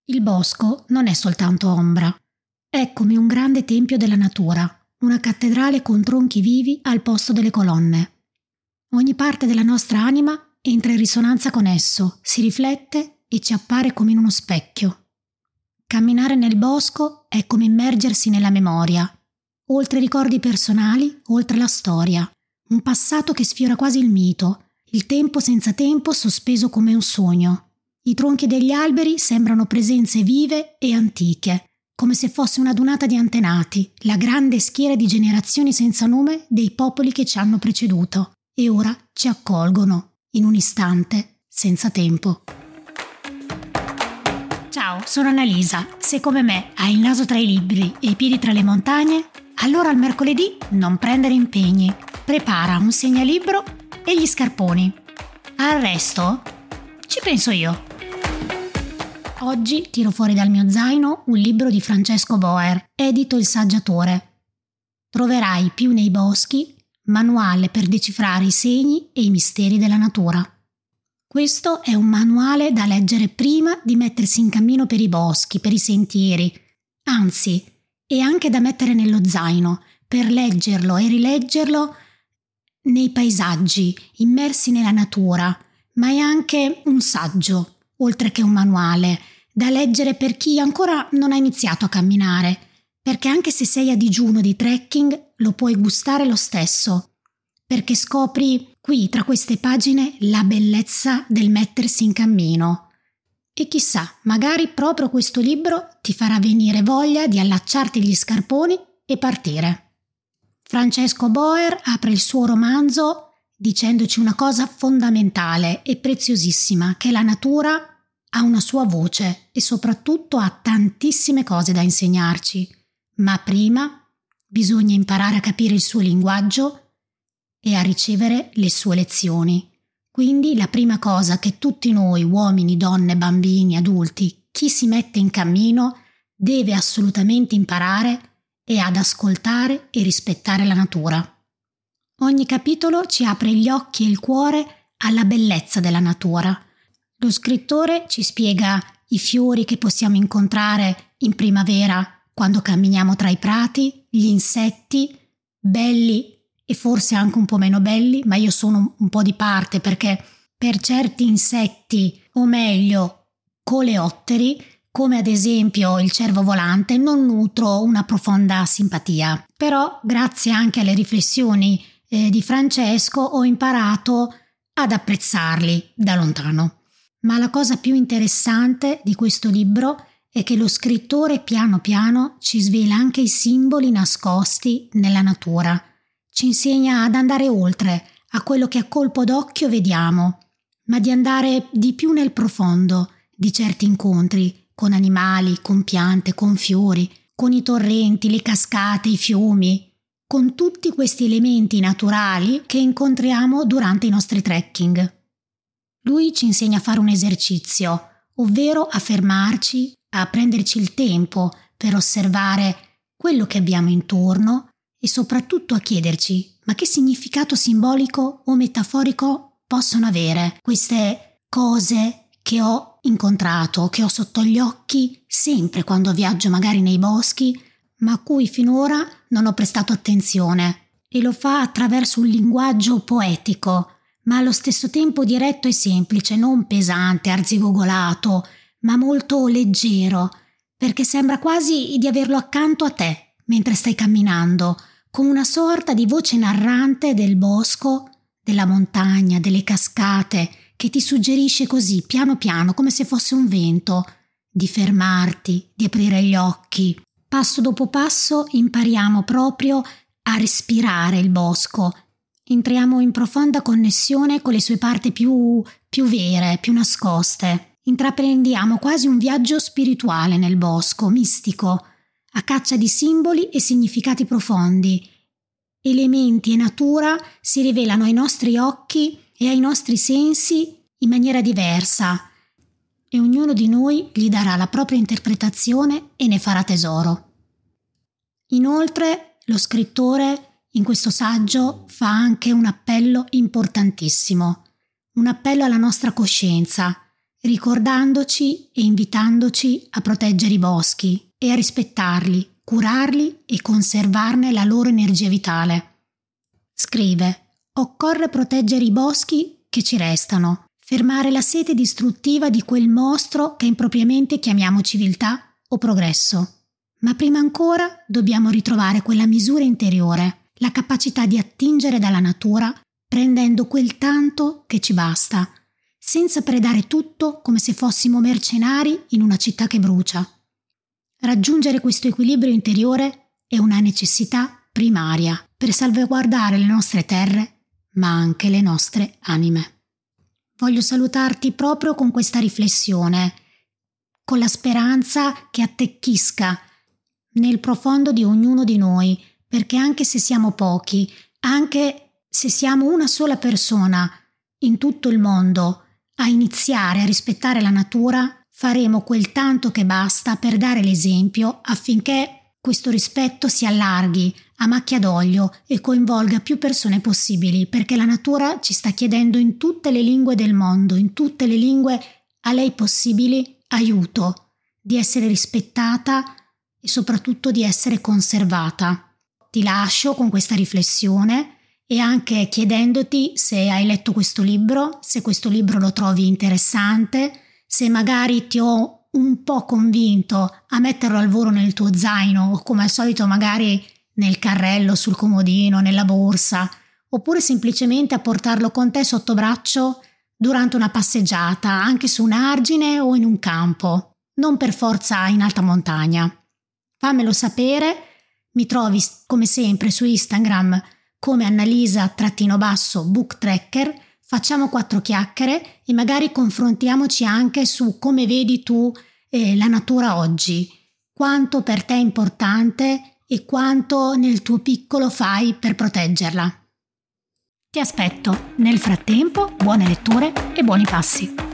Il bosco non è soltanto ombra. È come un grande tempio della natura, una cattedrale con tronchi vivi al posto delle colonne. Ogni parte della nostra anima entra in risonanza con esso, si riflette e ci appare come in uno specchio. Camminare nel bosco è come immergersi nella memoria, oltre i ricordi personali, oltre la storia, un passato che sfiora quasi il mito, il tempo senza tempo sospeso come un sogno. I tronchi degli alberi sembrano presenze vive e antiche, come se fosse una dunata di antenati, la grande schiera di generazioni senza nome dei popoli che ci hanno preceduto e ora ci accolgono, in un istante, senza tempo. Ciao, sono Annalisa. Se come me hai il naso tra i libri e i piedi tra le montagne, allora il mercoledì non prendere impegni. Prepara un segnalibro e gli scarponi. Al resto ci penso io. Oggi tiro fuori dal mio zaino un libro di Francesco Boer, edito Il Saggiatore. Troverai più nei boschi, manuale per decifrare i segni e i misteri della natura. Questo è un manuale da leggere prima di mettersi in cammino per i boschi, per i sentieri, anzi, è anche da mettere nello zaino, per leggerlo e rileggerlo nei paesaggi, immersi nella natura, ma è anche un saggio, oltre che un manuale, da leggere per chi ancora non ha iniziato a camminare, perché anche se sei a digiuno di trekking lo puoi gustare lo stesso, perché scopri qui tra queste pagine la bellezza del mettersi in cammino. E chissà, magari proprio questo libro ti farà venire voglia di allacciarti gli scarponi e partire. Francesco Boer apre il suo romanzo dicendoci una cosa fondamentale e preziosissima, che la natura ha una sua voce e soprattutto ha tantissime cose da insegnarci, ma prima bisogna imparare a capire il suo linguaggio e a ricevere le sue lezioni. Quindi la prima cosa che tutti noi, uomini, donne, bambini, adulti, chi si mette in cammino, deve assolutamente imparare è ad ascoltare e rispettare la natura. Ogni capitolo ci apre gli occhi e il cuore alla bellezza della natura. Lo scrittore ci spiega i fiori che possiamo incontrare in primavera quando camminiamo tra i prati, gli insetti, belli e forse anche un po' meno belli, ma io sono un po' di parte perché per certi insetti, o meglio coleotteri, come ad esempio il cervo volante, non nutro una profonda simpatia. Però grazie anche alle riflessioni di Francesco ho imparato ad apprezzarli da lontano. Ma la cosa più interessante di questo libro è che lo scrittore piano piano ci svela anche i simboli nascosti nella natura. Ci insegna ad andare oltre a quello che a colpo d'occhio vediamo, ma di andare di più nel profondo di certi incontri con animali, con piante, con fiori, con i torrenti, le cascate, i fiumi, con tutti questi elementi naturali che incontriamo durante i nostri trekking. Lui ci insegna a fare un esercizio, ovvero a fermarci, a prenderci il tempo per osservare quello che abbiamo intorno e soprattutto a chiederci: ma che significato simbolico o metaforico possono avere queste cose che ho incontrato, che ho sotto gli occhi sempre quando viaggio magari nei boschi, ma a cui finora non ho prestato attenzione. E lo fa attraverso un linguaggio poetico, ma allo stesso tempo diretto e semplice, non pesante, arzigogolato, ma molto leggero, perché sembra quasi di averlo accanto a te mentre stai camminando, con una sorta di voce narrante del bosco, della montagna, delle cascate, che ti suggerisce così, piano piano, come se fosse un vento, di fermarti, di aprire gli occhi. Passo dopo passo impariamo proprio a respirare il bosco. Entriamo in profonda connessione con le sue parti più vere, più nascoste. Intraprendiamo quasi un viaggio spirituale nel bosco, mistico, a caccia di simboli e significati profondi. Elementi e natura si rivelano ai nostri occhi e ai nostri sensi in maniera diversa, e ognuno di noi gli darà la propria interpretazione e ne farà tesoro. Inoltre, lo scrittore in questo saggio fa anche un appello importantissimo, un appello alla nostra coscienza, ricordandoci e invitandoci a proteggere i boschi e a rispettarli, curarli e conservarne la loro energia vitale. Scrive: occorre proteggere i boschi che ci restano, fermare la sete distruttiva di quel mostro che impropriamente chiamiamo civiltà o progresso. Ma prima ancora dobbiamo ritrovare quella misura interiore, la capacità di attingere dalla natura prendendo quel tanto che ci basta, senza predare tutto come se fossimo mercenari in una città che brucia. Raggiungere questo equilibrio interiore è una necessità primaria per salvaguardare le nostre terre, ma anche le nostre anime. Voglio salutarti proprio con questa riflessione, con la speranza che attecchisca nel profondo di ognuno di noi, perché anche se siamo pochi, anche se siamo una sola persona in tutto il mondo a iniziare a rispettare la natura, faremo quel tanto che basta per dare l'esempio affinché questo rispetto si allarghi a macchia d'olio e coinvolga più persone possibili, perché la natura ci sta chiedendo in tutte le lingue del mondo, in tutte le lingue a lei possibili, aiuto, di essere rispettata e soprattutto di essere conservata. Ti lascio con questa riflessione e anche chiedendoti se hai letto questo libro, se questo libro lo trovi interessante, se magari ti ho un po' convinto a metterlo al volo nel tuo zaino o come al solito magari nel carrello, sul comodino, nella borsa, oppure semplicemente a portarlo con te sotto braccio durante una passeggiata, anche su un argine o in un campo, non per forza in alta montagna. Fammelo sapere, mi trovi come sempre su Instagram come Annalisa_booktracker, facciamo 4 chiacchiere e magari confrontiamoci anche su come vedi tu la natura oggi, quanto per te è importante e quanto nel tuo piccolo fai per proteggerla. Ti aspetto. Nel frattempo, buone letture e buoni passi.